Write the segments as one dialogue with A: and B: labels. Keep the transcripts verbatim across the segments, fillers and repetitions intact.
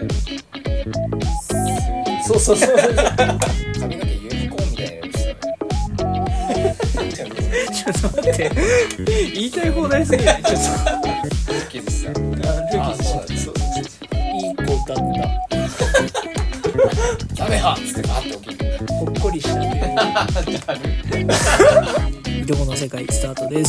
A: そうそうそうそう
B: 髪の毛ユニコーンみたいな色したね
A: ちょっと待って言いたい放題すぎるちょっと
B: ルキズした
A: あルキズしたそうそうそういい子だった
B: ダメはっつってバーって起きる
A: ほっこりしたねいとこの世界スタートです。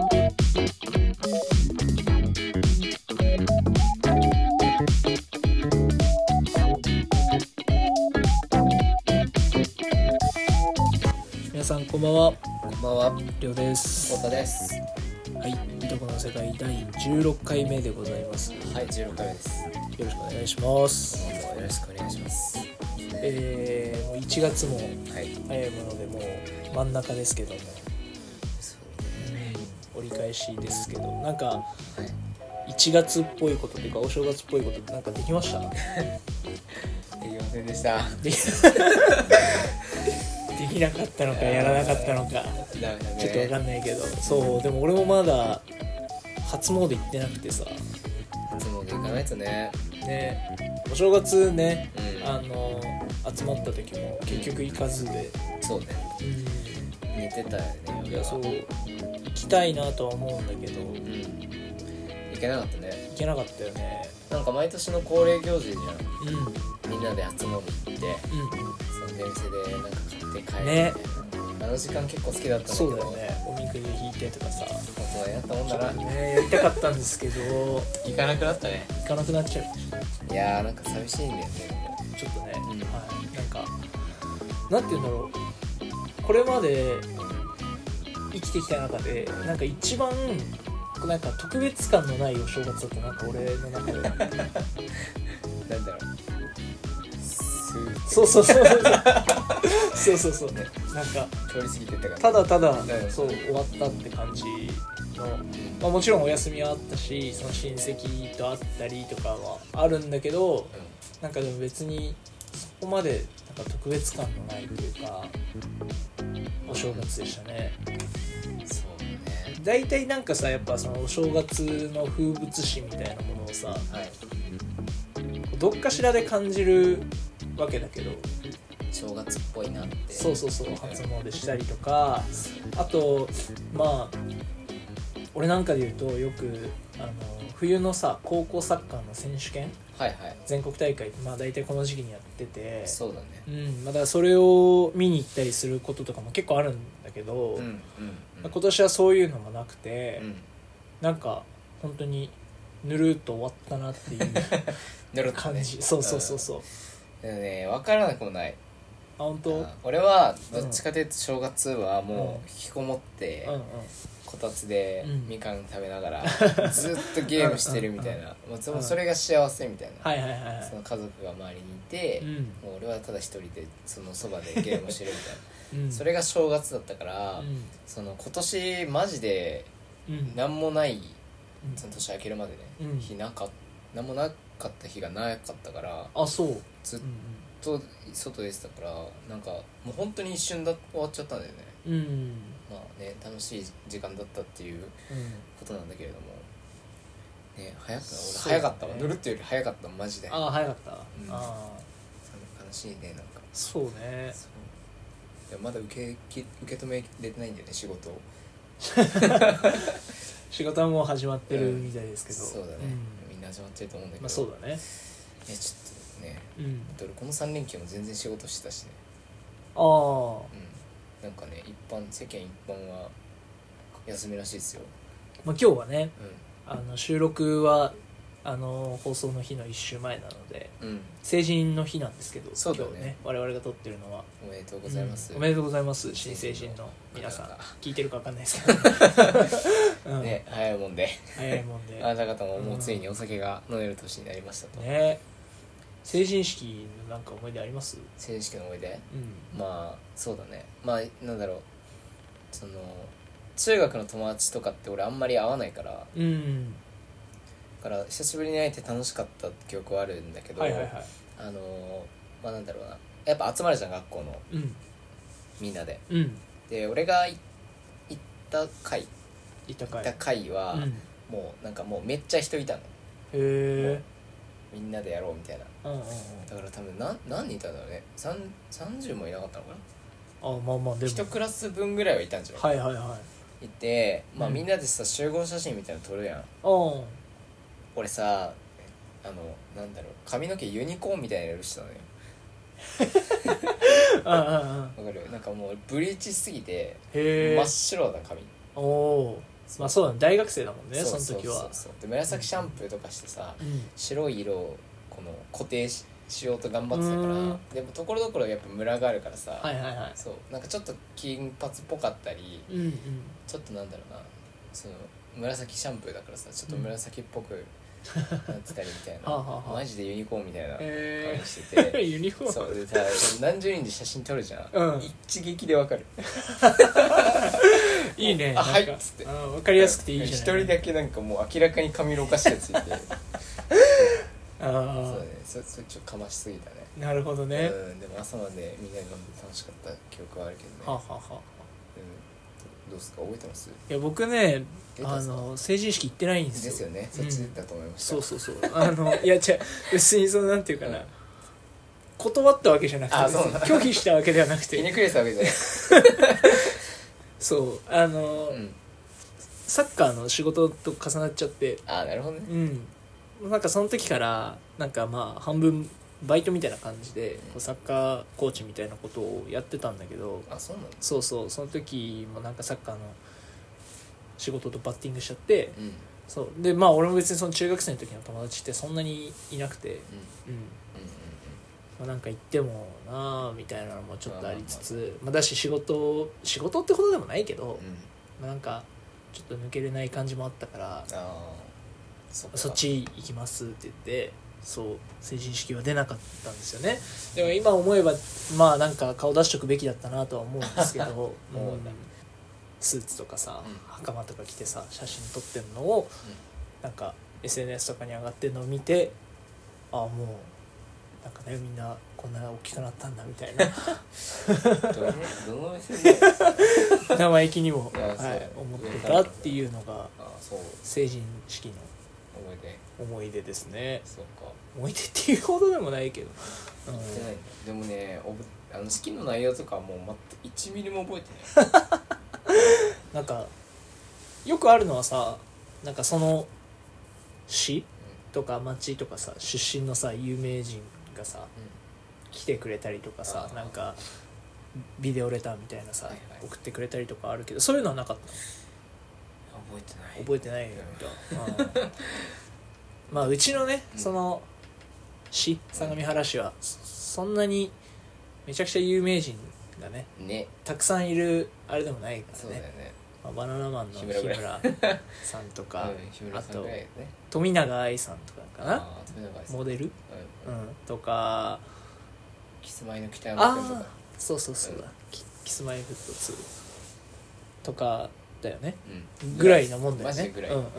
A: 皆さんこんばんは。
B: こんばんは、
A: りょうです。
B: 太田です。
A: はい、いとこの世界だいじゅうろっかいめでございます。
B: はい、じゅうろっかいめです。
A: よろしくお願いします。
B: どうもよろしくお願いします。
A: えー、もういちがつも
B: はい、
A: 早いものでもう真ん中ですけども、
B: そうね、
A: 折り返しですけど、なんか
B: はい
A: いちがつっぽいことというかお正月っぽいことってなんかできました？
B: できませんでした
A: できできなかったのかやらなかったのか
B: ダメだね、
A: ちょっとわかんないけど、そうでも俺もまだ初詣行ってなくてさ、
B: 初詣行かないとね。
A: ね、お正月ね、
B: うん、
A: あの集まった時も結局行かずで、
B: そうね、
A: うん、
B: 寝てたよね。
A: いやそう行きたいなとは思うんだけど、
B: うん、行けなかったね。
A: 行けなかったよね。
B: なんか毎年の恒例行事じゃん。
A: うん
B: みんなで初詣行って、
A: うん、
B: その出店でなんか買って帰るみたいな、
A: ね、
B: あの時間結構好きだったんだけど、
A: そうだよね、おみくじ引いてとかさ、
B: 大人になったもんだな。
A: ね、やりたかったんですけど
B: 行かなくなったね。
A: 行かなくなっちゃう。
B: いやーなんか寂しいんだよね。
A: ちょっとね、
B: うん、
A: はい、なんかなんて言うんだろう、これまで生きてきた中でなんか一番なんか特別感のないお正月だと、なんか俺の中で
B: なんだろう、スーッ
A: そうそうそうそうそうそうね、なんか
B: 通り過ぎてたから、
A: ただただ
B: うん
A: そう終わったって感じの、まあ、もちろんお休みはあったし、その親戚と会ったりとかはあるんだけど、なんかでも別にそこまでなんか特別感のないというかお正月でしたね。
B: そうね。
A: 大体なんかさ、やっぱそのお正月の風物詩みたいなものをさ、
B: はい、
A: どっかしらで感じるわけだけど、
B: 正月っぽいなって。
A: そうそうそう、初詣したりとか、あとまあ俺なんかで言うとよくあの冬のさ高校サッカーの選手権、
B: はいはい、
A: 全国大会、まあ大体この時期にやってて、
B: そうだね、
A: うん、まあだからそれを見に行ったりすることとかも結構あるんだけど、
B: うんうんうん、
A: まあ、今年はそういうのもなくて、
B: うん、
A: なんか本当にぬるっと終わったなっていう
B: ぬるっとね、
A: 感じ。そうそうそうそう、
B: でもね、分からなくもない。
A: あ、本当？
B: 俺はどっちかというと正月はもう引きこもって、
A: うんうん、
B: こたつで
A: うん
B: みかん食べながらずっとゲームしてるみたいな、もうそそれが幸せみたいな、
A: はいはいはいはい、
B: その家族が周りにいて、
A: うん、
B: もう俺はただ一人でそのそばでゲームしてるみたいな、
A: うん、
B: それが正月だったから、
A: うん、
B: その今年マジで
A: うん
B: 何もない、
A: うん、
B: その年明けるまでね、
A: うん、
B: 日なか何もなかった日がなかったから、
A: あ、そう
B: ずっと外出てたから、なんかもう本当に一瞬だ終わっちゃったんだよね。
A: うん、うん、
B: まあね、楽しい時間だったっていうことなんだけれども、ね、早かった、俺早かったわ、ぬるっていうより早かったマジで。
A: ああ、早かった、うん、
B: ああ、悲しいね、なんか。
A: そうね、
B: そう、いやまだ受け受け止めれてないんだよね、仕事を
A: 仕事はもう始まってるみたいですけど、
B: うん、そうだね、うん、みんな始まってると思うんだけど、
A: まあそうだね、
B: えちょっとね、
A: うん、
B: 俺このさん連休も全然仕事してたしね。
A: ああ、
B: うん、なんかね、一般世間一般は休みらしいですよ。
A: まあ今日はね、
B: うん、
A: あの収録はあの放送の日の一週前なので、
B: うん、
A: 成人の日なんですけど、
B: そうだね、
A: 今日ね我々が撮ってるのは
B: おめでとうございます、
A: うん、おめでとうございます、新成人の皆さん。聞いてるか分かんないですけど、うん、
B: ね、早いもんで
A: 早いもんで
B: あなた方ももうついにお酒が飲める年になりましたと、
A: ね。成人式のなんか思い出あります？
B: 成人式の思い出、
A: うん、
B: まあそうだね、まあなんだろう、その中学の友達とかって俺あんまり会わないから、
A: うん、
B: だから久しぶりに会えて楽しかった記憶はあるんだけど、
A: はいはいはい、
B: あのまあなんだろうな、やっぱ集まるじゃん、学校の、
A: うん、
B: みんなで、
A: うん、で
B: 俺が行った回
A: 行った回
B: 行った回は、うん、もうなんかもうめっちゃ人いたの。
A: へえ。
B: みんなでやろうみたいな、
A: うんうんうん、
B: だから多分何何人いたんだろうね、さんさんじゅうもいなかったのかな、
A: あまあまあでも
B: いちクラス分ぐらいはいたんじゃない、
A: はいはいはい、
B: いて、まあ、
A: うん
B: みんなでさ集合写真みたいなの撮るやん、
A: うん
B: 俺さあのなんだろう髪の毛ユニコーンみたいな色してたのよ
A: うんうんうん
B: わかる、なんかもうブリーチしすぎて
A: へえ
B: 真っ白だ髪、
A: おおまあそうだね大学生だもんねその時は
B: そうそうそうそうで紫シャンプーとかしてさ、
A: うん
B: 白い色をこの固定 し, しようと頑張ってたか
A: うん
B: ら、でもところどころやっぱムラがあるからさ、
A: はいはいはい
B: そうなんかちょっと金髪っぽかったり、
A: うんうん
B: ちょっとなんだろうなその紫シャンプーだからさちょっと紫っぽくなってたりみたいな、
A: はあはあはあ
B: マジでユニコーンみたいな顔
A: え
B: してて、
A: ー、ユニフォーム
B: そうでさ何十人で写真撮るじゃん、
A: うん
B: 一撃でわかる
A: いいね
B: あはい
A: なんか
B: っつって
A: あ分かりやすくていいじゃない
B: 一人だけなんかもう明らかに髪色おかしいやついて
A: あ
B: そう
A: あ
B: ねそそれちょっとかましすぎたね
A: なるほどね、
B: うんでも朝までみんなで飲んで楽しかった記憶はあるけどね、
A: はあ、はあはあ、
B: うん、どうですか覚えてます
A: いや僕ねあ
B: 出たんすか
A: の成人式行ってないんですよ
B: ですよねそっちだと思いました、
A: そうそうそうあのいや違う別にそのなんていうかな、
B: うん
A: 断ったわけじゃなくて
B: あそうなんだ
A: 拒否したわけではなくて
B: ひねくれてたわけじゃない
A: そうあの、
B: うん
A: サッカーの仕事と重なっちゃって
B: ああなるほどね
A: うんなんかその時からなんかまあ半分バイトみたいな感じでこうサッカーコーチみたいなことをやってたんだけど
B: あそうなんだ
A: そうそうその時もなんかサッカーの仕事とバッティングしちゃって
B: うん
A: そうでまあ俺も別にその中学生の時の友達ってそんなにいなくて
B: うん
A: うん、
B: うん
A: まあ、なんか行ってもなあみたいなのもちょっとありつつまあだし仕事仕事ってことでもないけど、
B: うんうん
A: まあ、なんかちょっと抜けれない感じもあったから
B: ああそっか
A: そっち行きますって言ってそう成人式は出なかったんですよね。でも今思えばまあなんか顔出しとくべきだったなとは思うんですけど、
B: 思
A: う
B: うんんだ
A: スーツとかさ、
B: うん
A: 袴とか着てさ写真撮ってるのを、なんか エスエヌエス とかに上がってるのを見てああもうなんかねみんなこんな大きくなったんだみたいな
B: どのどの目線で
A: 生意気にも、
B: いや
A: はい
B: そう、
A: 思ってたっていうのが
B: ああそう
A: 成人式の
B: 思い出
A: 思い出ですね。
B: そうか
A: 思い出っていうほどでもないけど、うん
B: 言ってないんだでもねおぶあの式の内容とかはもう全くいちミリも覚えてない
A: なんかよくあるのはさなんかその市とか町とかさ出身のさ有名人がさ来てくれたりとかさ
B: あー
A: なんかビデオレターみたいなさ、
B: はいはい
A: 送ってくれたりとかあるけどそういうのはなかった
B: 覚えてない
A: の覚えてないんだ、うんまあうちのね
B: うん
A: その市相模原市はそんなにめちゃくちゃ有名人がね
B: ね
A: たくさんいるあれでもないからね
B: そうだよね
A: まあ、バナナマンの日
B: 日村ぐらい
A: 村さんとか、
B: うん日村さんぐらいだよね
A: 富永愛さんとかかな
B: ああ富永愛さん
A: モデル、
B: うん
A: うん、とか
B: キスマイの北山君と
A: ああ
B: か
A: そうそうそうだ、
B: うん
A: キキスマイフットツーとかだよね
B: うん
A: ぐらいのもんだよね
B: マジでぐらい、
A: うんうんうん、
B: あ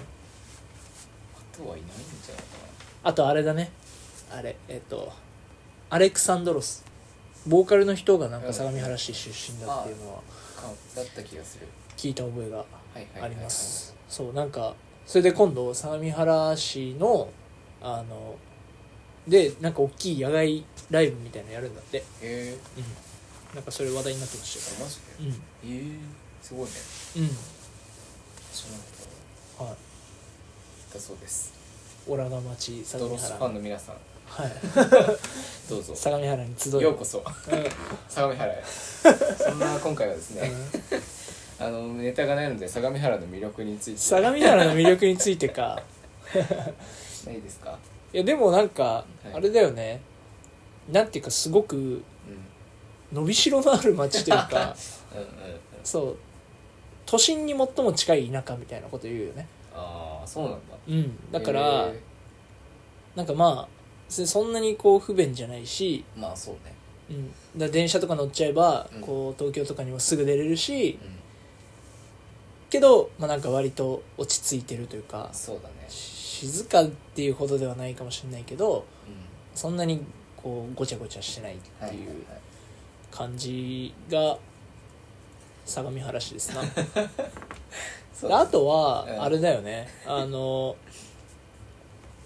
B: とはいないんじゃないか
A: あとあれだねあれえっとアレクサンドロスボーカルの人がなんか相模原市出身だっていうのは
B: なかだった気がする
A: 聞いた覚えが
B: はいはいはいはい
A: ありますそうなんかそれで今度相模原市のあのでなんか大きい野外ライブみたいなのやるんだって、
B: へえ
A: うん、なんかそれ話題になってましたよ
B: マジで
A: うん
B: ええすごいね
A: うん
B: 知らなかった
A: はい
B: だそうです
A: オラが町相模原
B: ドロスファンの皆さん
A: はい
B: どうぞ
A: 相模原に集い
B: ようこそ
A: うん
B: 相模原へそんな今回はですね、あのネタがないので相模原の魅力について
A: 相模原の魅力についてか
B: ないですか
A: いやでもなんか
B: はい
A: あれだよね、なんていうかすごく
B: うん
A: 伸びしろのある町というか
B: うんうんうん
A: そう都心に最も近い田舎みたいなこと言うよね
B: ああそうなんだ
A: うんだから、
B: へ
A: なんかまあそそんなにこう不便じゃないし、
B: ーまあそうね
A: うん、だから電車とか乗っちゃえば、
B: うん
A: こう東京とかにもすぐ出れるし
B: うん
A: けど、まあ、なんか割と落ち着いてるというか
B: そうだね
A: 静かっていうほどではないかもしれないけど
B: うん
A: そんなにこうごちゃごちゃしてないっ
B: はいはい
A: ていう感じが相模原市ですな
B: そう
A: であとは
B: うん
A: あれだよね、あの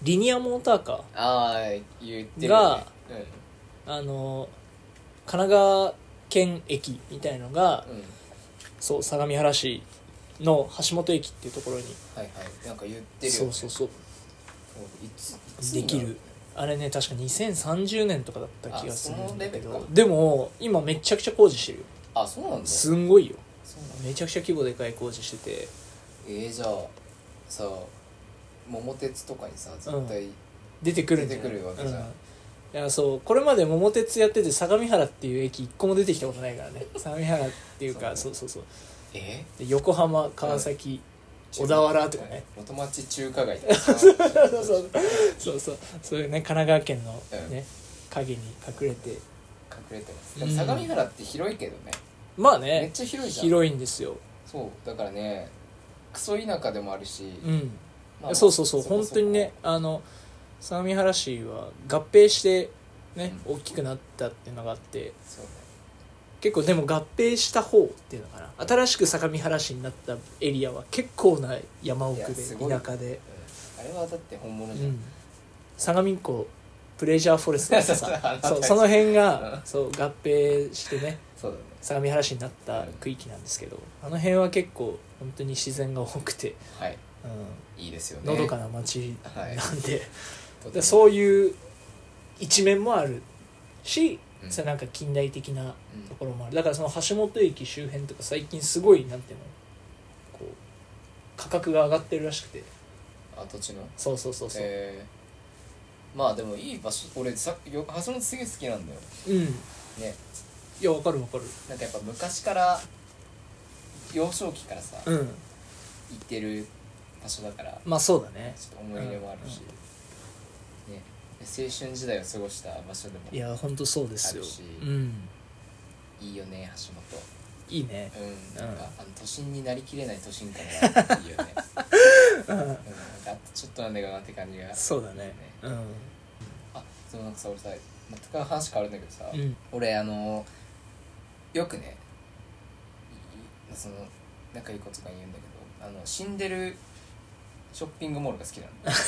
A: リニアモーターカー
B: ああ言ってる
A: が、
B: よね、
A: あの神奈川県駅みたいのが、
B: うんうん、
A: そう相模原市の橋本駅っていうところに、
B: はいはいなんか言ってるよね。
A: そうそうそう
B: いついつ
A: できる。あれね確かにせんさんじゅうねんとかだった気がする
B: あそ
A: んだけど、
B: のレベルか
A: でも今めちゃくちゃ工事してるよ。
B: あそうなんだ。
A: すんごいよ。
B: そうなんだ。
A: めちゃくちゃ規模でかい工事してて、
B: えー、じゃあさ桃鉄とかにさ絶対、
A: 出てくるんじゃない？
B: 出てくるわけじゃん、
A: うん、いやそうこれまで桃鉄やってて相模原っていう駅一個も出てきたことないからね。相模原っていうかそうそうそう
B: え
A: で横浜川崎、小田原とかね、
B: 元町中華街とか
A: そうそうそうそうそうそういうね神奈川県のね、
B: うん
A: 影に隠れて
B: 隠れてます。でも相模原って広いけどね、
A: まあ
B: めっ
A: ね
B: ちゃ広いじゃん。
A: 広いんですよ。
B: そうだからねクソ田舎でもあるし、
A: うん
B: まあ
A: そうそうそう
B: そこそこ
A: 本当にねあの相模原市は合併してね、
B: うん
A: 大きくなったっていうのがあって
B: そうね
A: 結構でも合併した方っていうのかな新しく相模原市になったエリアは結構な山奥
B: いや
A: です
B: ごい
A: 田舎で、
B: うん、あれはだって本物じゃん、
A: うん、相模湖プレジャーフォレストとか
B: そうそう
A: さ
B: そう
A: そうその辺が、
B: うん
A: そう合併してね
B: そうだね
A: 相模原市になった区域なんですけど、あの辺は結構本当に自然が多くて、
B: はい
A: うん、
B: いいですよね
A: のどかな街
B: はい
A: なんで、
B: とても
A: でそういう一面もあるし、
B: うん
A: それなんか近代的な
B: うん
A: ところもある。だからその橋本駅周辺とか最近すごいなんていうのこう価格が上がってるらしくて、
B: あ土地の
A: そうそうそうそう、
B: えー、まあでもいい場所俺さよ橋本すげえ好きなんだよ
A: うん
B: ね。
A: いやわかるわかる、
B: なんかやっぱ昔から幼少期からさ、
A: うん
B: 行ってる場所だから
A: まあそうだね。
B: ちょっと思い入れもあるし、ね、青春時代を過ごした場所でも
A: いや本当そうですよ
B: あるし。
A: うん
B: いいよね橋本。
A: いいね。
B: うんなんか、
A: うん
B: あの都心になりきれない都心感がいいよね
A: うん
B: うん、なんかあとちょっとなんだかなって感じが
A: そうだね。うん
B: あそうなんかさ俺さ全く話変わるんだけどさ、
A: うん
B: 俺あのよくねいその仲いい子とかに言うんだけどあの死んでるショッピングモールが好きな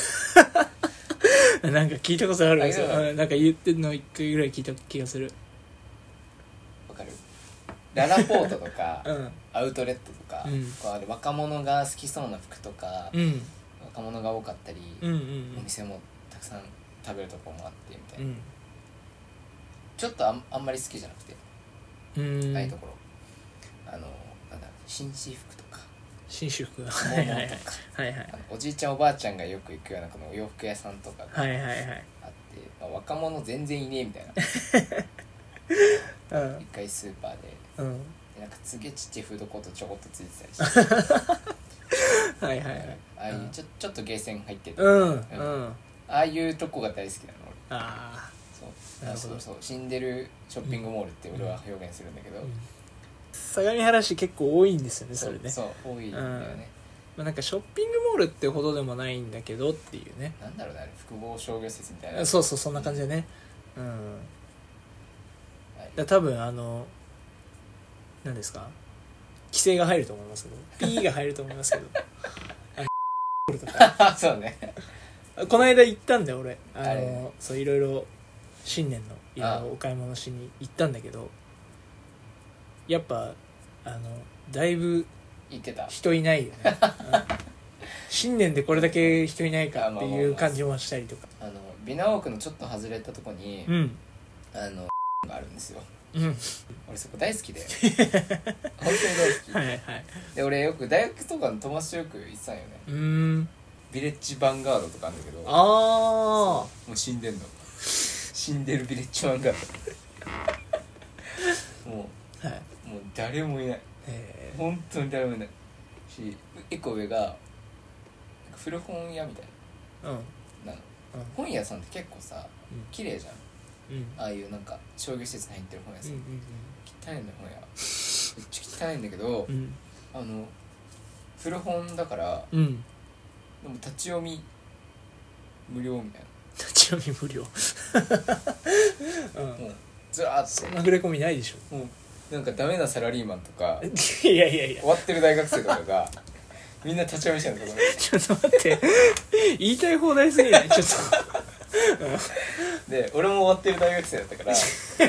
B: の
A: なんか聞いたことあるんですよ。
B: あいや
A: うんなんか言ってんの一回ぐらい聞いた気がする。
B: わかるララポートとか、
A: うん
B: アウトレットとか、
A: うん
B: こうあれ若者が好きそうな服とか、
A: うん
B: 若者が多かったり、
A: うんうん
B: お店もたくさん食べるところもあってみたいな、
A: うん
B: ちょっとあ ん, あんまり好きじゃなくて、
A: うん
B: ああいうところあのなんだ紳士服とか
A: 新種服
B: モ
A: はいはいはい
B: ノとか
A: はいはい
B: あのおじいちゃんおばあちゃんがよく行くようなこのお洋服屋さんとかがあって、
A: はいはいはい
B: まあ、若者全然いねえみたいな
A: うん
B: 一回スーパーで
A: うん
B: でなんかすげえちっちゃいフードコートちょこっとついてたりして
A: はいはいはい
B: ああいうちょちょっとゲーセン入ってて、
A: うん
B: うん
A: うん
B: ああいうとこが大好きなの俺。
A: あ
B: そう
A: なるほど
B: そうそう死んでるショッピングモールって俺は表現するんだけど、
A: あ、うん、相模原市結構多いんですよねそれね。
B: そうそう多いんだよね、
A: まあ、なんかショッピングモールってほどでもないんだけどっていうね。
B: なんだろうねあれ複合商業施設みたいな。
A: そうそうそんな感じでね。うん
B: はい
A: だ多分あの何ですか規制が入ると思いますけど P が入ると思いますけどあのとか
B: そうね
A: この間行ったんだよ俺あの
B: あれ
A: そういろいろ新年のいろい
B: あ
A: ろお買い物しに行ったんだけどやっぱあのだいぶ
B: 言ってた
A: 人いないよね、うん新年でこれだけ人いないかっていう感じもしたりとか
B: あの美直区のちょっと外れたとこに、
A: うん
B: あのがあるんですよ。
A: うん
B: 俺そこ大好きで本当に大好き、
A: はいはい
B: で俺よく大学とかの友達とよく行ってたんよね。
A: うーん
B: ビレッジヴァンガードとかあるんだけど
A: あ
B: もう死んでんの死んでるビレッジヴァンガードも
A: あはいう
B: もう誰もいない
A: え
B: 本当に誰もいないし一個上が古本屋みたい
A: ー、うん
B: なの
A: うん
B: 本屋さんって結構さ
A: うん
B: 綺麗じゃん
A: うん
B: ああいうなんか商業施設に入ってる本屋さん、
A: うん
B: 汚いんだよ本屋めっちゃ汚いんだけど、
A: うんうん
B: あの古本だから
A: うん
B: でも立ち読み無料みたい
A: 立ち読み無料うん
B: なもうずらーっと
A: そんな触れ込みないでしょ
B: もうなんかダメなサラリーマンとか
A: いやいやいや
B: 終わってる大学生とかがみんな立ち読みしてるのここ
A: ちょっと待って言いたい放題すぎないちょっ
B: で俺も終わってる大学生だったから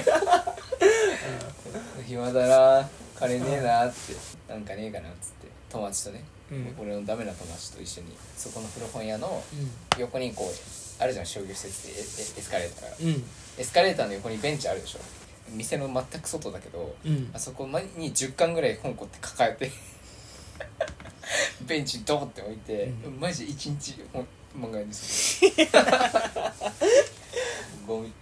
B: 暇だな金ねえなってなんかねえかなっつって友達とね、うん、俺のダメな友達と一緒にそこの古本屋の横にこうあるじゃん商業施設で エ, エスカレーターが、うん、エスカレーターの横にベンチあるでしょ店の全く外だけど、うん、あそこにじゅっかんぐらい本こって抱えてベンチにドーって置いて、うん、マジでいちにち本漫画ですゴミ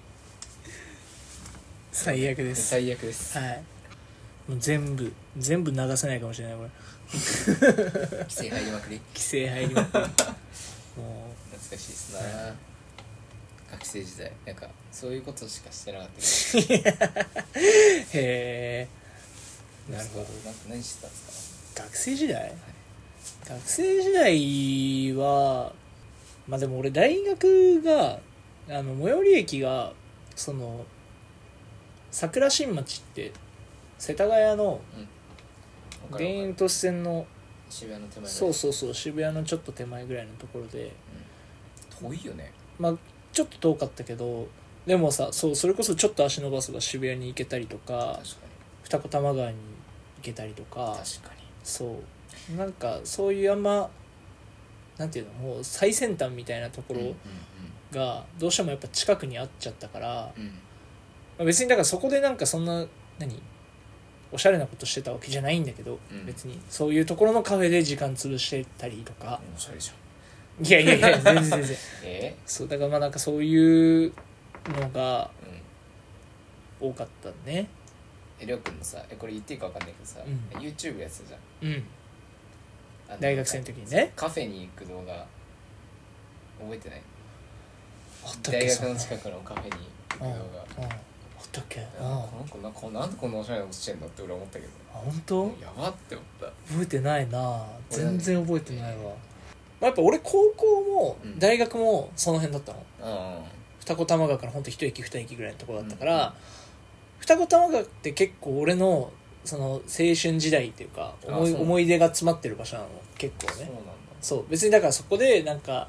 A: 最悪です
B: 最悪です、
A: はい、もう全部全部流せないかもしれないこれ
B: 規制入りまくり
A: 規制入りまくりもう
B: 懐かしいですな、はい、学生時代なんかそういうことしかしてなかったけど
A: へえなるほどなんか
B: 何してたんです
A: か学生時代、はい、学生時代はまあでも俺大学があの最寄り駅がその桜新町って世田谷の田園都市線の
B: 渋谷の手前
A: そうそうそう渋谷のちょっと手前ぐらいのところで、
B: うん、遠いよね
A: まあちょっと遠かったけどでもさそうそれこそちょっと足伸ばせば渋谷に行けたりとか、確かに二子玉川に行けたりとか、
B: 確かに
A: そうなんかそういうあんまなんていうのもう最先端みたいなところがどうしてもやっぱ近くにあっちゃったから、うんまあ、別にだからそこでなんかそんな何おしゃれなことしてたわけじゃないんだけど、うん、別にそういうところのカフェで時間潰してたりとか、
B: おしゃれじゃん
A: いやいやいや全然全然
B: えー、
A: そうだからまあなんかそういうのが多かったね、
B: うん、えりょうくんのさえこれ言っていいか分かんないけどさ、うん、YouTube やってたじゃん、うん、
A: 大学生の時にね
B: カフェに行く動画覚えてない？
A: あったっけ？
B: 大学の近くのカフェに行く動画、うんうん、あ
A: ったっけ？
B: この子なこなんでこんなおしゃれなことしてんのって俺思ったけど、
A: あ本当？
B: やばって思った。
A: 覚えてないな全然覚えてないわ、まあ、やっぱ俺高校も大学もその辺だったの、うん、二子玉川からほんと一駅二駅ぐらいのところだったから、うん、二子玉川って結構俺のその青春時代っていうか思い、思い出が詰まってる場所なの結構ね。そうなんだ。そう別にだからそこでなんか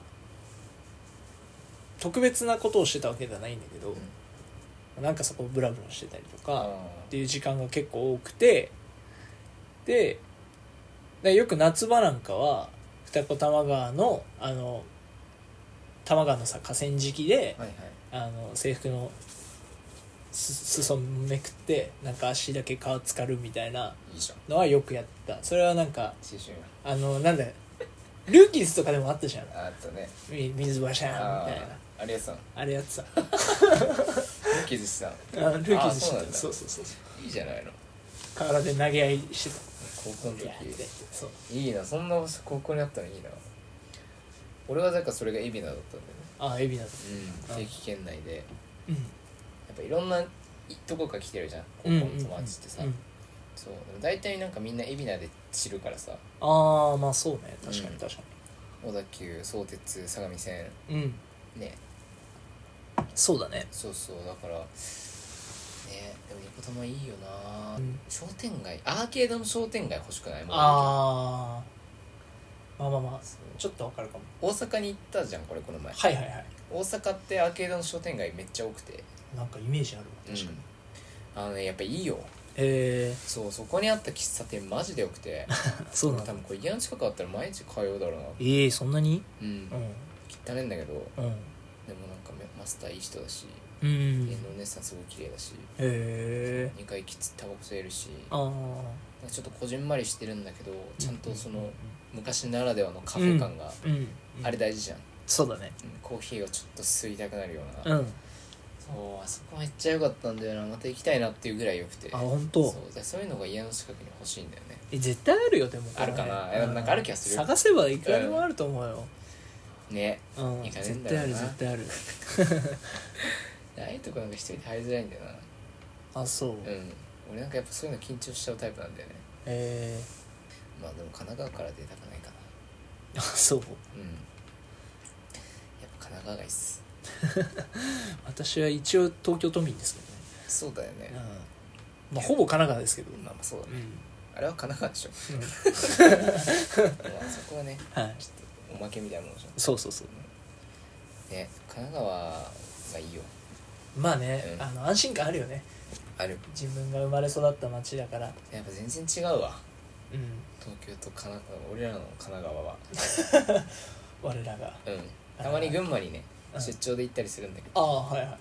A: 特別なことをしてたわけではないんだけど、うん、なんかそこをブラブラしてたりとかっていう時間が結構多くて、でよく夏場なんかは二子玉川のあの多摩川のさ河川敷で、はいはい、あの制服のす裾めくってなんか足だけ顔浸かるみたいなのはよくやった。それはなんかあのなんだルーキーズとかでもあったじゃん。
B: あったね。
A: 水場シャンみたいな。
B: あれやつさん。
A: あれやつさ。
B: ルーキーズした。
A: あルーキーズした。そうそうそう。
B: いいじゃないの。
A: 河原で投げ合いしてた。
B: 高校の時。そう。いいな、そんな高校にあったらいいな。俺はなんかそれが海老名だったんだよね。
A: あ、海老名だっ
B: た。うん。定期圏内で。うん。やっぱいろんなとこから来てるじゃん。高校の友達ってさ。うんうんうんそう大体なんかみんな海老名で知るからさ。
A: ああまあそうね確かに確か
B: に、うん、小田急相鉄相模線、うん、ね
A: そうだね
B: そうそうだからねでもニコタマいいよな、うん、商店街アーケードの商店街欲しくない？もう
A: ああまあまあまあちょっとわかるかも。
B: 大阪に行ったじゃんこれこの前。
A: はいはいはい。
B: 大阪ってアーケードの商店街めっちゃ多くて
A: なんかイメージあるわ確かに、
B: うん、あのねやっぱいいよ。
A: えー、
B: そうそこにあった喫茶店マジでよくて
A: そうなんだ。
B: 多分これ家の近くあったら毎日通うだろうな。
A: えー、そんなに？
B: うん、うん、汚ねんだけど、うん、でもなんかマスターいい人だし、うん、家のお姉さんすごい綺麗だし、へえー、にかいきつタバコ吸えるし、ああちょっとこじんまりしてるんだけどちゃんとその、うん、昔ならではのカフェ感が、うんうん、あれ大事じゃん。
A: そうだね、
B: うん、コーヒーをちょっと吸いたくなるような、うんそうあそこめっちゃ良かったんだよな。また行きたいなっていうぐらい良くて。あ本当。そうそういうのが家の近くに欲しいんだよね。
A: え絶対あるよでも。あ
B: るかな、うん、なんかある気がする。
A: 探せばいくらでもあると思うよ。
B: うん、ね、うん、
A: 行かねえんだよな。絶対ある絶対ある。
B: ないとこなんか一人で入りづらいんだよ
A: な。あそう。うん。
B: 俺なんかやっぱそういうの緊張しちゃうタイプなんだよね。へえー。まあでも神奈川から出たくないかな。
A: あそう。うん。やっ
B: ぱ神奈川がいいっす。
A: 私は一応東京都民ですけどね。
B: そうだよね、
A: うんまあ、ほぼ神奈川ですけど、
B: まあ、まあそうだね、 あれは神奈川でしょ、
A: うん、
B: まあそこはね、
A: はい、
B: ちょっとおまけみたいなものじゃん。
A: そうそうそう
B: ね、神奈川がいいよ。
A: まあね、
B: うん、
A: あの安心感あるよね。
B: ある。
A: 自分が生まれ育った町だから。
B: やっぱ全然違うわ、
A: うん、
B: 東京と神奈俺らの神奈川は
A: 我らが、
B: うん、たまに群馬にね、
A: うん、
B: 出張で行ったりするんだけど、
A: ああはいはい、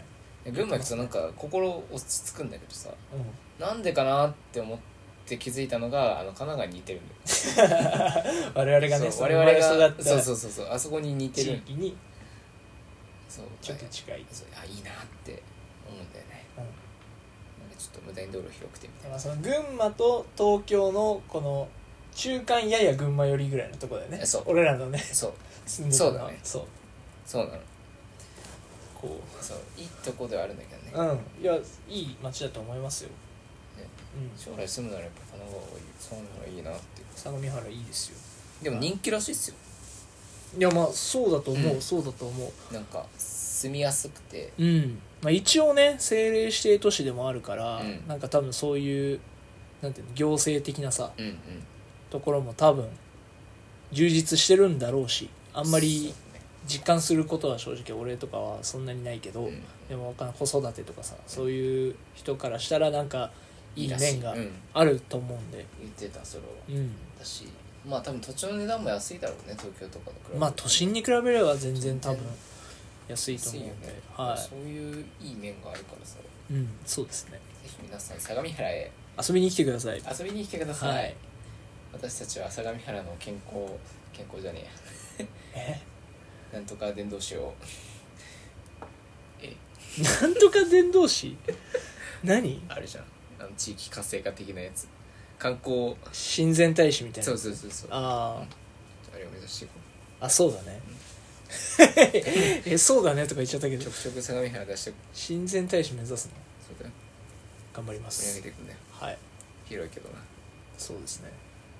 B: 群馬行くとなんか心落ち着くんだけどさ、
A: うん、
B: なんでかなって思って気づいたのがあの神奈川に似てるんだよ
A: 我々がね、
B: そう我々が
A: 生まれ育った
B: そうそうそうそうあそこに似てる
A: 地域に
B: そう
A: ちょっと近い。
B: そうあいいなって思うんだよね、
A: うん、
B: なんかちょっと無駄に道路広くてみたいな。
A: その群馬と東京のこの中間やや群馬寄りぐらいのところだよね。
B: そう
A: 俺らのね
B: そう
A: 住んでたのは
B: そうだね
A: そう
B: そうなの
A: こ
B: そういいとこではあるんだけどね、
A: う、うん、いやいい街だと思いますよ、
B: ね
A: うん、
B: 将来住むならやっぱ神奈川がいい相模原いいなっていう。
A: 相模原いいですよ。
B: でも人気らしいっすよ。
A: いやまあそうだと思う、
B: うん
A: そうだと思う。
B: なんか住みやすくて、
A: うんまあ、一応ね政令指定都市でもあるから、
B: うん、
A: なんか多分そういうなんていうの行政的なさ
B: うんうん
A: ところも多分充実してるんだろうし、あんまり実感することは正直俺とかはそんなにないけど、
B: うん、
A: でもわかんない子育てとかさ、そういう人からしたらなんかいい面が
B: うん、
A: あると思うんで、
B: 言ってたそれは、
A: うん、
B: だしまあ多分土地の値段も安いだろうね東京とかと比べて。
A: まあ都心に比べれば全然多分安いと思うんで、
B: 安いよね、
A: はい、
B: そういういい面があるからさ、
A: うんそうですね。
B: ぜひ皆さん相模原へ
A: 遊びに来てください。
B: 遊びに来てください、
A: はい、
B: 私たちは相模原の健康健康じゃねえや
A: え
B: なんとか伝道師を
A: えなんとか伝道師何
B: あるじゃん、あの地域活性化的なやつ、観光
A: 親善大使みたいな。
B: そうそうそうそう、
A: あ
B: あれを目指していこ
A: ああそうだねえそうだねとか言っちゃったけど、
B: うちょくちょく相模原出していこ
A: 親善大使目指すの。
B: う。そうだよ、
A: 頑張りま
B: 盛り上げ
A: す。
B: ていくんだよ、
A: はい
B: 広いけどな。
A: そうですね。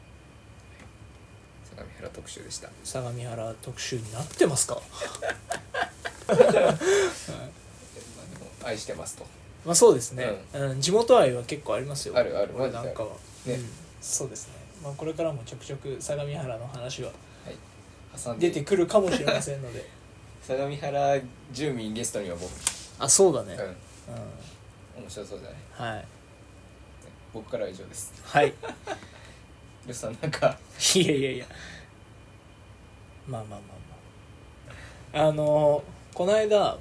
B: 相模原特集でした。
A: 相模原特集になってますか
B: まあでも愛してますと。
A: まあそうですね、うんうん、地元愛は結構ありますよ。
B: あるある
A: 俺なんかは、
B: ね、
A: うん、そうですね、まあ、これからもちょくちょく相模原の話は
B: 挟んで
A: 出てくるかもしれませんので
B: 相模原住民ゲストには僕、
A: あそうだね、
B: うん、
A: うん、
B: 面白そうじゃない。
A: はい
B: 僕からは以上です。
A: はい
B: ルさんなんか
A: いやいやいやまあまあまあまああのー、この間、はい、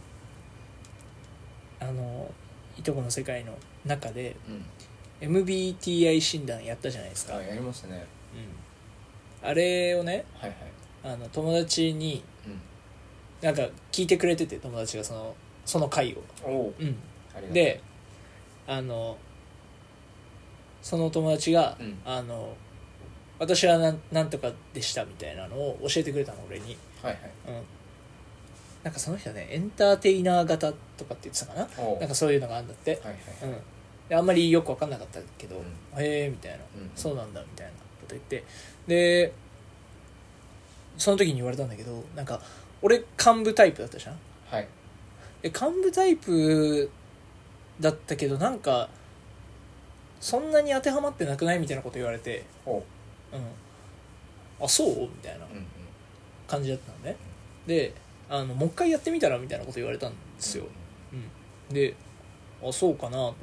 A: あのー、いとこの世界の中で、うん、エムビーティーアイ 診断やったじゃないですか。
B: あ、やりましたね、
A: うん、あれをね、
B: はいはい、
A: あの友達に、うん、なんか聞いてくれてて、友達がそのその回を、
B: おう、
A: うん、であのその友達が、うん、あの私はなん、なんとかでしたみたいなのを教えてくれたの俺に、
B: はいはい、
A: うん、なんかその人はねエンターテイナー型とかって言ってたかな、なんかそういうのがあるんだって、はいはい、うん、であんまりよく分かんなかったけど、うん、へえみたいな、うん、そうなんだみたいなこと言って、でその時に言われたんだけど、なんか俺幹部タイプだったじゃん、
B: はい、
A: で幹部タイプだったけどなんかそんなに当てはまってなくないみたいなこと言われて、うん、あそうみたいな感じだったのね、うん、であのもう一回やってみたらみたいなこと言われたんですよ、うんうん、であそうかなと思って、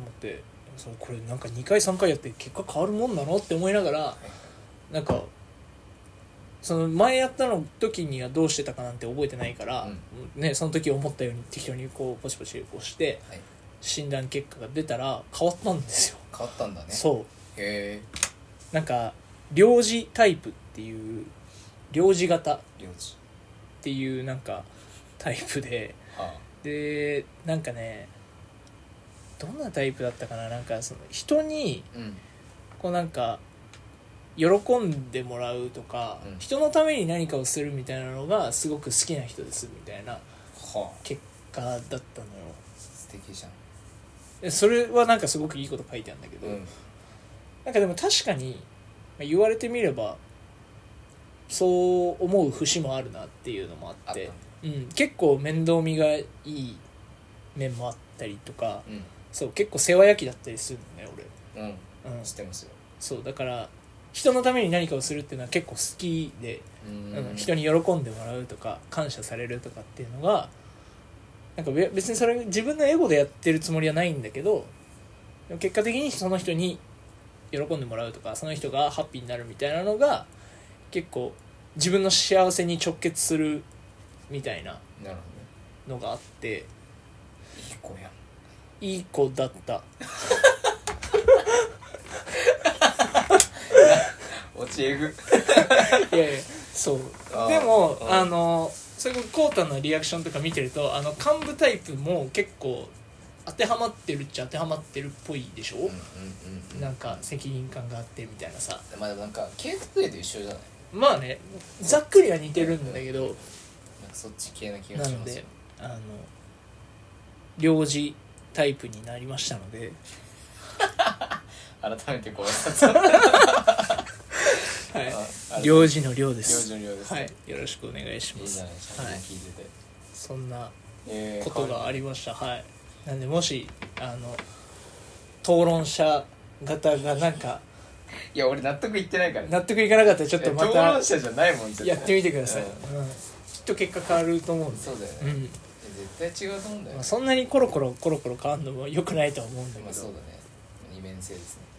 A: それこれなんかにかいさんかいやって結果変わるもんなのって思いながら、なんかその前やったの時にはどうしてたかなんて覚えてないから、うんね、その時思ったように適当にこうポチポチこうして、はい、診断結果が出たら変わったんですよ。
B: 変わったんだね。
A: そう
B: へえ。
A: なんか領事タイプっていう領事型っていうなんかタイプで、はあ、でなんかねどんなタイプだったかな、なんかその人にこうなんか喜んでもらうとか、うん、人のために何かをするみたいなのがすごく好きな人ですみたいな結果だったのよ。
B: 素敵じゃん。
A: それはなんかすごくいいこと書いてあるんだけど、うん、なんかでも確かに言われてみればそう思う節もあるなっていうのもあって、うん、結構面倒見がいい面もあったりとか、うん、そう結構世話焼きだったりするのね俺。
B: うん、うん、知ってますよ。
A: そうだから人のために何かをするっていうのは結構好きで、
B: うん
A: うん、人に喜んでもらうとか感謝されるとかっていうのがなんか別にそれ自分のエゴでやってるつもりはないんだけど、でも結果的にその人に喜んでもらうとかその人がハッピーになるみたいなのが結構自分の幸せに直結するみたいな
B: なる
A: のがあって
B: ほどね。いい子やん。
A: いい子だった
B: 落ちえぐ
A: いやいやそう
B: あ
A: でも
B: あ
A: あのそれこそコウタのリアクションとか見てるとあの幹部タイプも結構当てはまってるっちゃ当てはまってるっぽいでしょ、
B: うんうんうん、
A: なんか責任感があってみたいなさ
B: まあでもなんか系統と一緒じゃない。
A: まあねざっくりは似てるんだけど、
B: なんかそっち系な気が
A: な
B: しますよ。
A: のであの領事タイプになりましたので
B: 改めてご挨拶
A: はい領事の領で
B: 領
A: す
B: 事の領です、
A: はいよろしくお願いします。
B: いいじゃないですか、
A: はい
B: 聞いてて、
A: そんな
B: えー
A: ことがありました。はいなんでもしあの討論者方がなんか
B: いや俺納得いってないから、ね、
A: 納得いかなかったらちょっとま
B: 討
A: た
B: 論者じゃないもん絶対
A: やってみてください、
B: う
A: うんんきっと結果変わると思うんで
B: そうだよね、
A: うん
B: 絶対違うと思うんだよ、
A: まあ、そんなにコロコロコロコロ変わるのも良くないとは思うんだけど、
B: まあそうだね、二面性ですね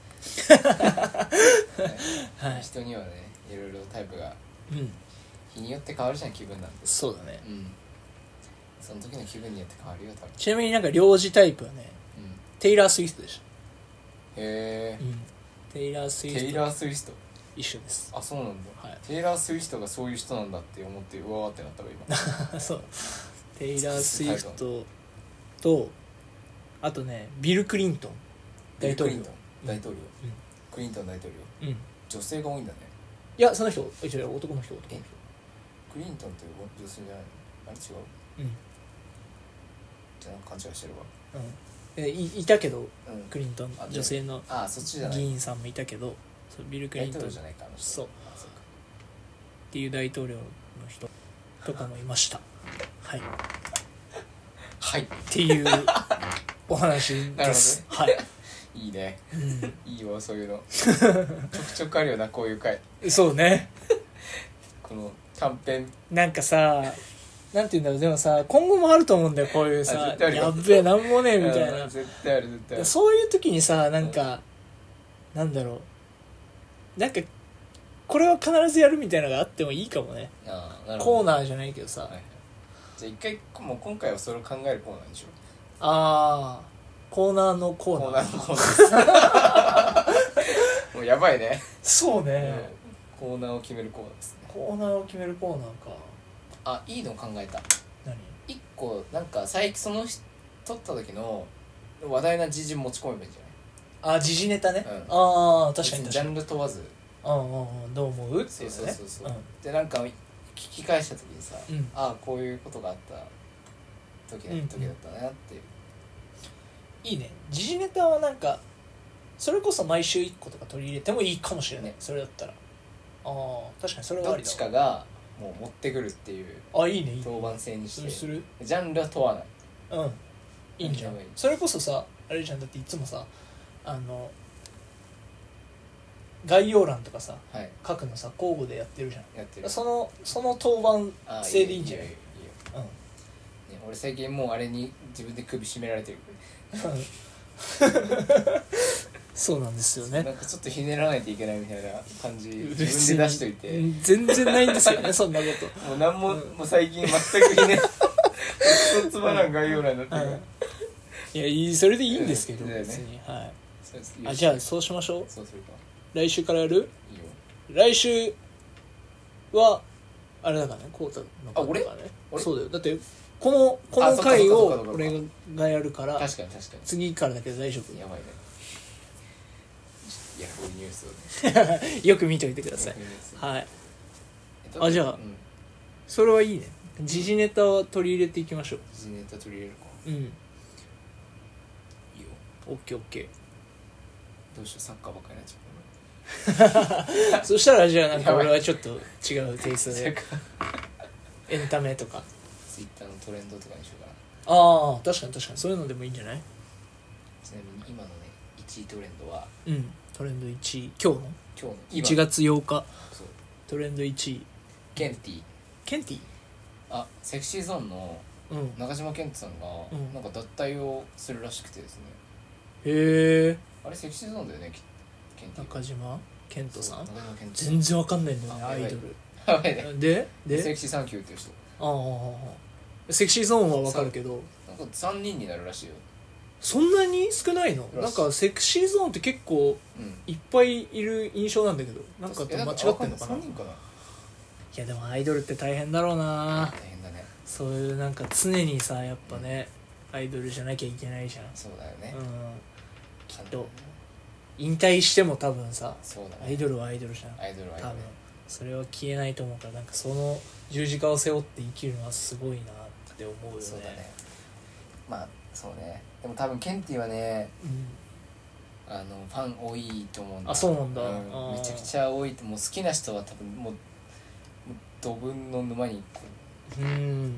A: はい
B: 人にはねいろいろタイプが
A: うん
B: 日によって変わるじゃん気分なんて。
A: そうだね。
B: うんその時の気分によって変わるよ多分。
A: ちなみになんか領事タイプはね
B: うん
A: テイラー・スウィフトでし
B: へえ
A: た、うん、テイラー・スウィフト
B: テイラー・スウィフト
A: 一緒です。
B: あそうなんだ、
A: はい
B: テイラー・スウィフトがそういう人なんだって思ってうわーってなったわ今
A: そうテイラー・スウィフトとあとねビル・クリントン大統領
B: ビルクリントン大統領、
A: うん
B: クリントン大統領
A: うん
B: 女性が多いんだね。
A: いやその人え違う男の人男の人
B: クリントンって女性じゃないのあれ違う
A: うん
B: じゃあ勘違いしてるわ。
A: うんえいいたけど
B: うん
A: クリントン
B: あ
A: 女性の
B: あそっちじゃない
A: 議員さんもいたけどそうビル・クリ
B: 大統
A: ントンっ
B: 領じゃないかあの人
A: そう
B: あそうか
A: ていう大統領の人とかもいましたはいっ
B: はい
A: ていうお話ですはい
B: いいね
A: うん
B: いいわそういうのちょくちょくあるよなこういう回
A: そうね
B: この短編
A: なんかさなんて言うんだろうでもさ今後もあると思うんだよこういう
B: あ
A: さ
B: 絶対あるよ
A: やっべえなんもねえみたいな
B: うん絶対ある絶対ある
A: そういう時にさなんかなんだろうなんかこれは必ずやるみたいなのがあってもいいかもね
B: あーなるほど
A: コーナーじゃないけどさ、
B: はいはいじゃあ一回もう今回はそれを考えるコーナーにしよう。
A: あーコーナーのコーナー
B: コーナーのコーナーですもうやばいね、
A: そうね、
B: うんコーナーを決めるコーナーですね。
A: コーナーを決めるコーナーか
B: あいいの考えた。
A: 何
B: 一個なんか最近その人撮った時の話題な時事持ち込めばいいんじゃない。
A: あ時事ネタね、
B: うん
A: ああ確かに
B: 別ジャ
A: 確かに
B: ンル問わず。
A: うんうんうんどう思うって
B: そ
A: いううのね
B: そうそうそう、でなんか聞き返した時にさ、
A: うん
B: ああこういうことがあった時だ,、
A: うん
B: 時だったなっていう。
A: いいね時事ネタはなんかそれこそ毎週いっことか取り入れてもいいかもしれない、
B: ね
A: それだったらああ確かにそれは
B: どっ
A: ありだ
B: ちかがもう持ってくるっていう
A: あいいねいいね
B: 当番制にして
A: それする
B: ジャンルは問わない。
A: うんいいんじゃん
B: 何でもいい
A: それこそさあれじゃんだっていつもさあの概要欄とかさ
B: はい
A: 書くのさ交互でやってるじゃん
B: やってる。
A: そのその当番
B: あー
A: 制でいいんじゃない
B: いいよいいよいいよ、
A: うん
B: ね、俺最近もうあれに自分で首絞められてる。
A: そうなんですよね
B: なんかちょっとひねらないといけないみたいな感じ自
A: 別に
B: 分で出しといて、
A: うん全然ないんですよねそんなこと
B: もう何も、
A: うん
B: もう最近全くひね一つまらん概要欄になってるから、
A: うんいやいいそれでいいんですけど、
B: うんだよね
A: 別に、はい、
B: そうです
A: あじゃあそうしましょう
B: そうするか
A: 来週からやる
B: いいよ。
A: 来週はあれだからねコウタの
B: あ俺
A: 回だからね
B: 俺
A: そうだよだってこのこ
B: あそっか
A: の回
B: そっかそっかそっか
A: を俺がやるから
B: 確かに確か
A: 次からだけど大丈夫
B: にやばいね。ヤフーニュースをね
A: よく見ておいてください
B: ヤフーニュース
A: はい
B: え
A: あじゃあ
B: うん
A: それはいいね時事ネタを取り入れていきましょう
B: 時事ネタ取り入れるか
A: うん
B: いいよ。
A: オッケーオッケ
B: どうしようサッカーばっかりになっちゃう
A: ーそしたらじゃあなんか
B: やばい
A: 俺はちょっと違うテイストで
B: サッカー
A: エンタメとか
B: ツイッターのトレンドとかにしようかな。
A: ああ確かに確かにそういうのでもいいんじゃない
B: ちなみに今のねいちいトレンドは、
A: うん、トレンドいちい今日の
B: 今日の
A: いちがつようか
B: そう
A: トレンドいちい
B: ケンティ
A: ケンティ
B: あセクシーゾーンの
A: うん
B: 中島健人さんが
A: うん
B: なんか脱退をするらしくてですね、
A: へえ
B: あれセクシーゾーンだよねケンティ
A: 中島健人さん
B: 中島健人
A: 全然わかんないんだよね
B: あ
A: アイド
B: やばいね
A: ルでで
B: セクシーサンキューっていう人
A: ああセクシーゾーンはわかるけど
B: なんかさんにんになるらしいよ。
A: そんなに少ないの？なんかセクシーゾーンって結構
B: うん
A: いっぱいいる印象なんだけどなんか間違ってんのかな？
B: さんにんかな。
A: いやでもアイドルって大変だろうな。
B: 大変だね。
A: そういうなんか常にさやっぱね、うん、アイドルじゃなきゃいけないじゃん。
B: そうだよね、
A: うん、きっと引退しても多分さ、
B: そうだね、
A: アイドルはアイドルじゃん。
B: アイドルはアイドル、
A: 多分それは消えないと思うから、なんかその十字架を背負って生きるのはすごいなって思うよね。
B: そうだね。まあそうね。でも多分ケンティはね、うん、あのファン多いと思うんだ。
A: あ、そうなんだ、うん、
B: めちゃくちゃ多いと、もう好きな人は多分もう土分の沼にこう、うん、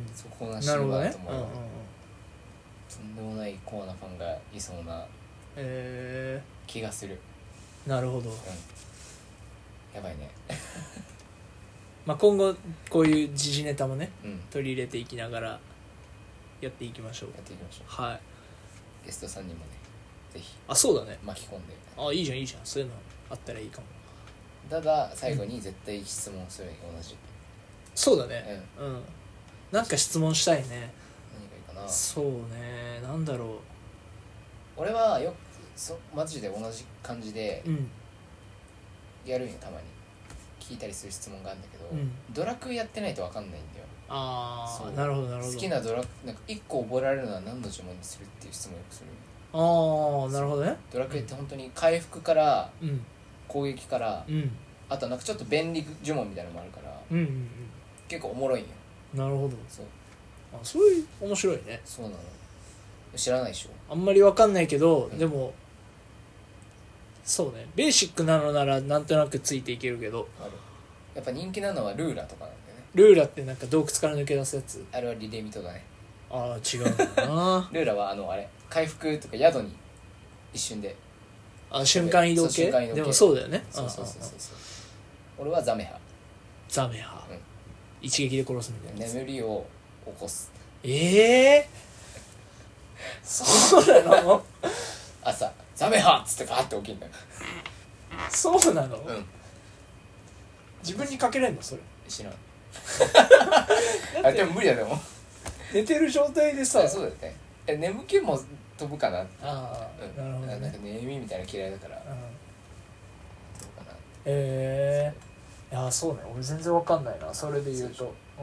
B: そこなし沼だと思うよ、ね、うんうんうん、とんでもないコアなファンがいそうな気がする、
A: えー、なるほど、うん、
B: やばいね
A: まあ今後こういう時事ネタもね、
B: うん、
A: 取り入れていきながらやっていきましょう。
B: やっていきましょ
A: う。はい。
B: ゲストさんにもね、ぜひ。
A: あ、そうだね。
B: 巻き込んで。
A: あ、いいじゃんいいじゃん。そういうのあったらいいかも。
B: ただ最後に絶対質問するに同じ、うん。
A: そうだね。うん。うん、なんか質問したいね。何がい
B: いかな。
A: そうね。なんだろう。
B: 俺はよくそマジで同じ感じでやるんよ、たまに。聞いたりする質問があるんだけど、うん、ドラクエやってないと分かんないんだよ。
A: ああ、なるほどなるほど。
B: 好きなドラなんかいっこ覚えられるのは何の呪文にするっていう質問をよくする。
A: ああ、なるほどね。
B: ドラクエって本当に回復から、うん、攻撃から、うん、あとなんかちょっと便利呪文みたいなのもあるから、うんうんうん、結構おもろいんよ。
A: なるほど。そう。あ、そういう面白いね。
B: そうなの。知らないでしょ。
A: あんまり分かんないけど、うん、でもそうね、ベーシックなのならなんとなくついていけるけど、
B: ある。やっぱ人気なのはルーラとかなんだよね。
A: ルーラってなんか洞窟から抜け出すやつ。
B: あれはリレミトだね。
A: ああ、違うんだな
B: ルーラはあのあれ回復とか宿に一瞬で、
A: あ、瞬間移動系。でもそうだよね。
B: そうそうそうそうそう。俺はザメハ。
A: ザメハ、うん、一撃で殺すみたいな。
B: 眠りを起こす。
A: ええー、そうなの
B: 朝ザメハっつってガーって起きるんだよ。
A: そうなの、
B: うん、
A: 自分にかけれんのそれ。
B: 知らんあ、でも無理だ。でも
A: 寝てる状態でさ。
B: そうだよね。え、眠気も飛ぶかな。
A: ああ、うん、なるほど、ね、
B: なんか眠みたいな嫌いだから、うん、どうかな。
A: ええー、いやそうね、俺全然わかんないなそれで言うと。うん、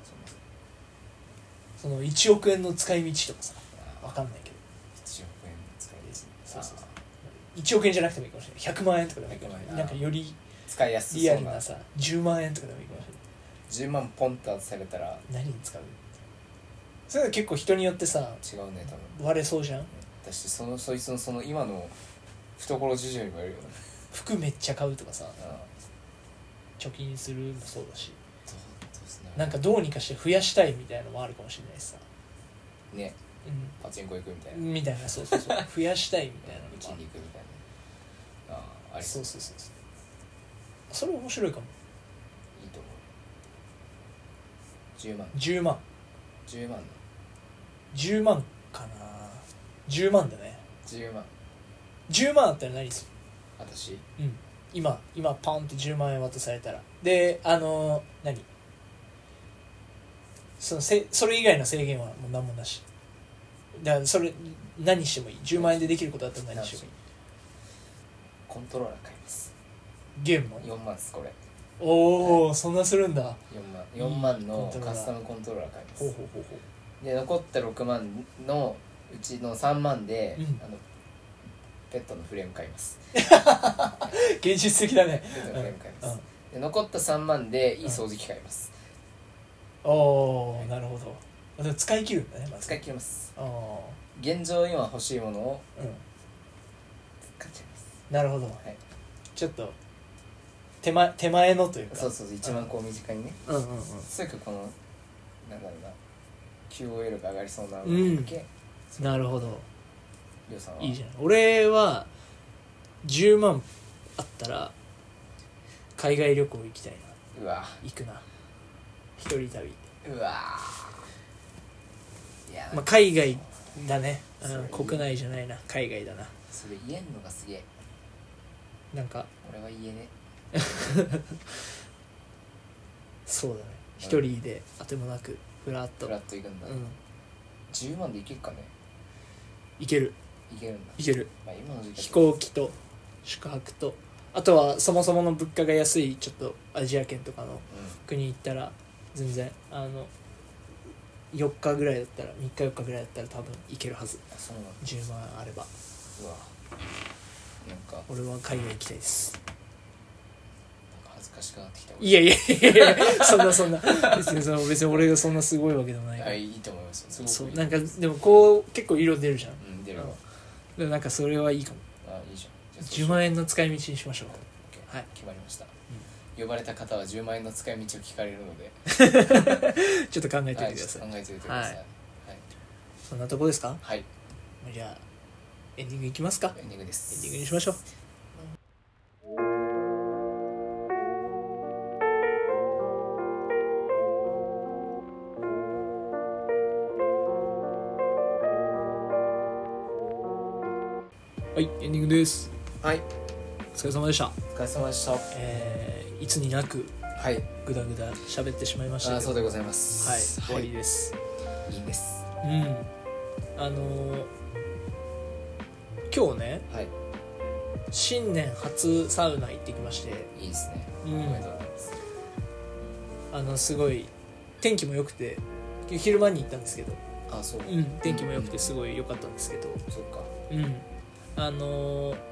A: そのいちおくえんの使い道とかさ、わかんないけど。
B: いちおくえんの使い道。
A: そうそうそう。いちおくえんじゃなくてもいいかもしれない。ひゃくまんえんとかでもいいかもしれない。なんかより
B: 使いやすそうな
A: リアルなさ、じゅうまんえんとかでもいいかもしれない。
B: じゅうまんポンと渡されたら
A: 何に使う？それは結構人によってさ
B: 違うね、多分
A: 割れそうじゃん。
B: 私そのそいつのその今の懐事情にもよるよね。
A: 服めっちゃ買うとかさ、貯金するもそうだし、なんかどうにかして増やしたいみたいなのもあるかもしれないしさ
B: ね、うん、パチンコ行くみたいな
A: みたいな、そうそうそう増やしたいみたいなの
B: うちに行くみたいな。ああ、あり
A: そうそうそうそう。それ面白いかも。
B: いいと思う。じゅうまん
A: じゅうまん
B: じゅうまんの
A: じゅうまんかな。じゅうまんだね。
B: じゅうまん
A: じゅうまんあったら何する？
B: 私、
A: うん、今今パンってじゅうまんえん渡されたら、であのー、何そのせそれ以外の制限はもう何もなしだから、それ何してもいい。じゅうまんえんでできることだったら何してもいい。
B: コントローラー買います。
A: ゲームの
B: よんまんですこれ。
A: おお、はい、そんなするんだ。
B: よんまんよんまんのカスタムコントローラー買います。
A: ほうほうほうほう。
B: で残ったろくまんのうちのさんまんで、うん、あのペットのフレーム買います。
A: 現実的だね。
B: ペットのフレーム買います、うん、で残ったさんまんでいい掃除機買います、
A: うん、おお、はい、なるほど。でも使い切るんだね、まず。
B: 使い切ります。
A: あ
B: 現状今欲しいものを、うん、買っちゃいます。
A: なるほど、はい、
B: ち
A: ょっと手前、手前のというか、
B: そうそうそう、一番こう身近にね、
A: うんうんうん、
B: すぐこのなんだろうな キューオーエル が上がりそうなのだけ、
A: うん、なるほど。
B: りょうさんはい
A: いじゃん。俺はじゅうまんあったら海外旅行行きたいな。
B: うわ
A: 行くな、一人旅。
B: うわいや、
A: まあ、海外だね、うん、
B: それ
A: 国内じゃないな、海外だな。
B: それ言えんのがすげえ。
A: なんか
B: 俺は言えね
A: そうだね、一人であてもなくフラッと
B: フラッと行くんだ、
A: うん、
B: じゅうまんで行けるかね。
A: 行ける
B: 行けるんだ。
A: 行ける。
B: まあ、今の時期
A: 飛行機と宿泊と、あとはそもそもの物価が安いちょっとアジア圏とかの国行ったら全然あのよっかぐらいだったらみっかよっかぐらいだったら多分行けるはず。
B: あ、そうなんだ。
A: じゅうまんあれば。
B: うわなんか
A: 俺は海外行きたいです。
B: なんか恥ずかしくなってきた。
A: いやいやいやいやそんなそんな別にその別に俺がそんなすごいわけでもないから。
B: あ、いいと思いますよ。すごくいい。
A: そうなんかでもこう結構色出るじゃん。
B: うん、出るわ。
A: でなんかそれはいいかも。
B: あ、いいじゃん。
A: じゅうまん円の使い道にしましょう。
B: はい、決まりました、うん、呼ばれた方はじゅうまん円の使い道を聞かれるので
A: ちょっと考えておいてください。
B: はい、考えておいてください。はい、はい、
A: そんなとこですか。
B: はい。
A: じゃあエンディングいきますか。
B: エンディングです。
A: エンディングにしましょう。はい、エンディングです。
B: はい、
A: お疲れ様でした。
B: お疲れ様でした。
A: えー、いつになく
B: はい
A: ぐだぐだ喋ってしまいましたけど、
B: あ、そうでございます。
A: はい、終わりです。
B: いいんです。
A: うん、あのー、今日ね、
B: はい、
A: 新年初サウナ行ってきまして。
B: いいですね、
A: うん、
B: おめでとうございます。
A: あのすごい天気も良くて昼間に行ったんですけど、
B: あ、そう、
A: うん、天気も良くてすごい良かったんですけど、
B: そっか、
A: うん、あのー、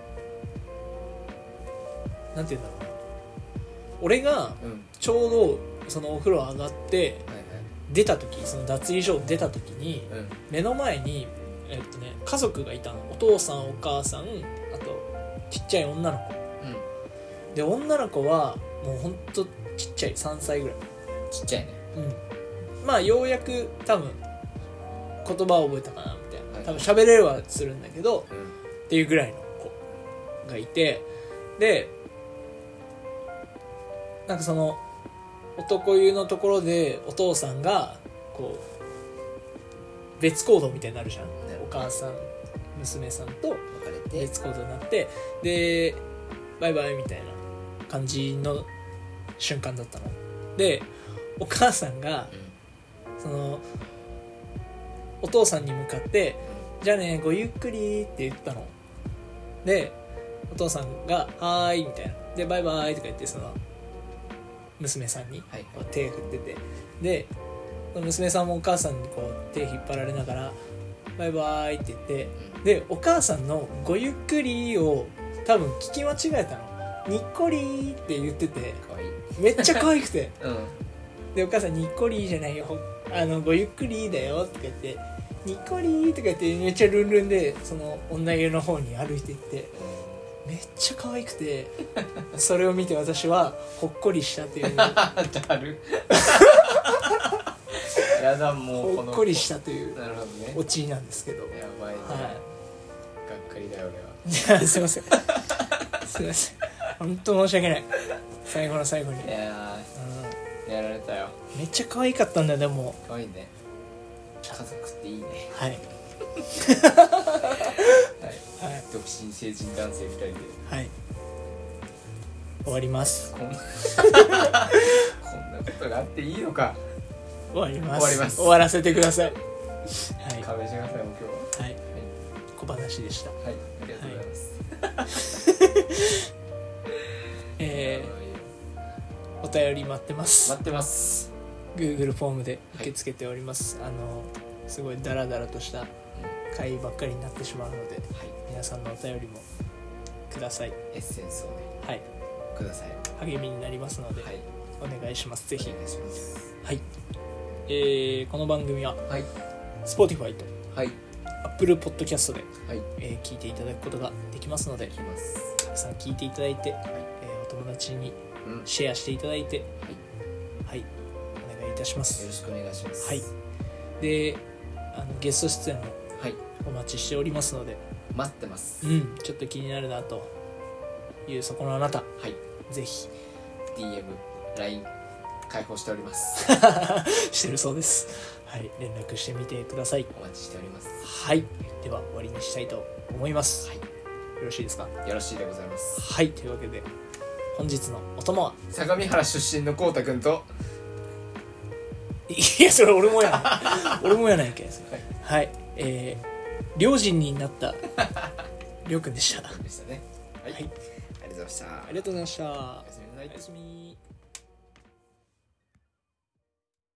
A: なんていうんだろうな、俺がちょうどそのお風呂上がって出た時、その脱衣所出た時に目の前に、えっとね、家族がいたの。お父さんお母さん、あとちっちゃい女の子、うん、で女の子はもうほんとちっちゃいさんさいぐらい、
B: ちっちゃいね、
A: うん、まあようやく多分言葉を覚えたかなみたいな、はい、多分喋れるはするんだけど、うん、っていうぐらいの子がいて、でなんかその男湯のところでお父さんがこう別行動みたいになるじゃん、ね、お母さん娘さんと別行動になって、でバイバイみたいな感じの瞬間だったので、お母さんがそのお父さんに向かってじゃあねごゆっくりって言ったので、お父さんがはーいみたいなでバイバイとか言って、その娘さんに手振ってて、で娘さんもお母さんにこう手引っ張られながらバイバイって言って、でお母さんのごゆっくりを多分聞き間違えたの。にっこりーって言ってて、
B: かわいい、
A: めっちゃ可愛くて、
B: うん、で
A: お母さんにっこりーじゃないよ、あのごゆっくりだよとか言ってにっこりーとか言ってめっちゃルンルンでその女湯の方に歩いていって、めっちゃ可愛くてそれを見て私はほっこりしたというだ
B: るやだ、もう
A: ほっこりしたという
B: なるほどね、
A: オチなんですけど、や
B: ばいね、はい、がっかりだよ俺
A: は。いやすいませんすいません、本当申し訳ない、最後の最後に。い
B: やー、うん、やられたよ。
A: めっちゃ可愛かったんだよ。でも
B: 可愛いね、家族っていいね。
A: はいはい、
B: はい、独身成人男性ふたりで、
A: はい、終わります。
B: こんなこんなことがあっていいのか。
A: 終わります。
B: 終わります。
A: 終わらせてください。はい、
B: 勘弁してください。もう今日は、はい、
A: 小話でした。
B: はい、ありがとうございます、
A: はいえー、お便り待ってます
B: 待ってます。
A: Google フォームで受け付けております、はい、あのすごいダラダラとした回ばっかりになってしまうので、はい、皆さんのお便りもください。
B: エッセンスをね、
A: はい、
B: ください。
A: 励みになりますので、はい、お願いします。ぜひ
B: お願いします。
A: はい、えー、この番組は、はい、Spotify と、
B: はい、
A: Apple Podcast で、はい
B: え
A: ー、聞いていただくことができますので、
B: できます。
A: たくさん聞いていただいて、はい、えー、お友達にシェアしていただいて、うん、はい、はい、お願いいたします。
B: よろしくお願いします。
A: はい、であのゲスト出演も
B: はい、
A: お待ちしておりますので、
B: 待ってます。
A: うん、ちょっと気になるなというそこのあなた、
B: はい、
A: ぜひ
B: ディーエム、ライン 開放しております
A: してるそうです。はい、連絡してみてください。
B: お待ちしております。
A: はい、では終わりにしたいと思います。はい、よろしいですか？
B: よろしいでございます。
A: はい、というわけで本日のお供は
B: 相模原出身のこうたくんと、
A: いやそれ俺もやない俺もやないけん。はい、はい、えー、両人になったりょうくんでした。
B: でしたね。はい、はい、ありがとうございました。
A: ありがとうございました。
B: おやすみなさい。
A: おやすみ。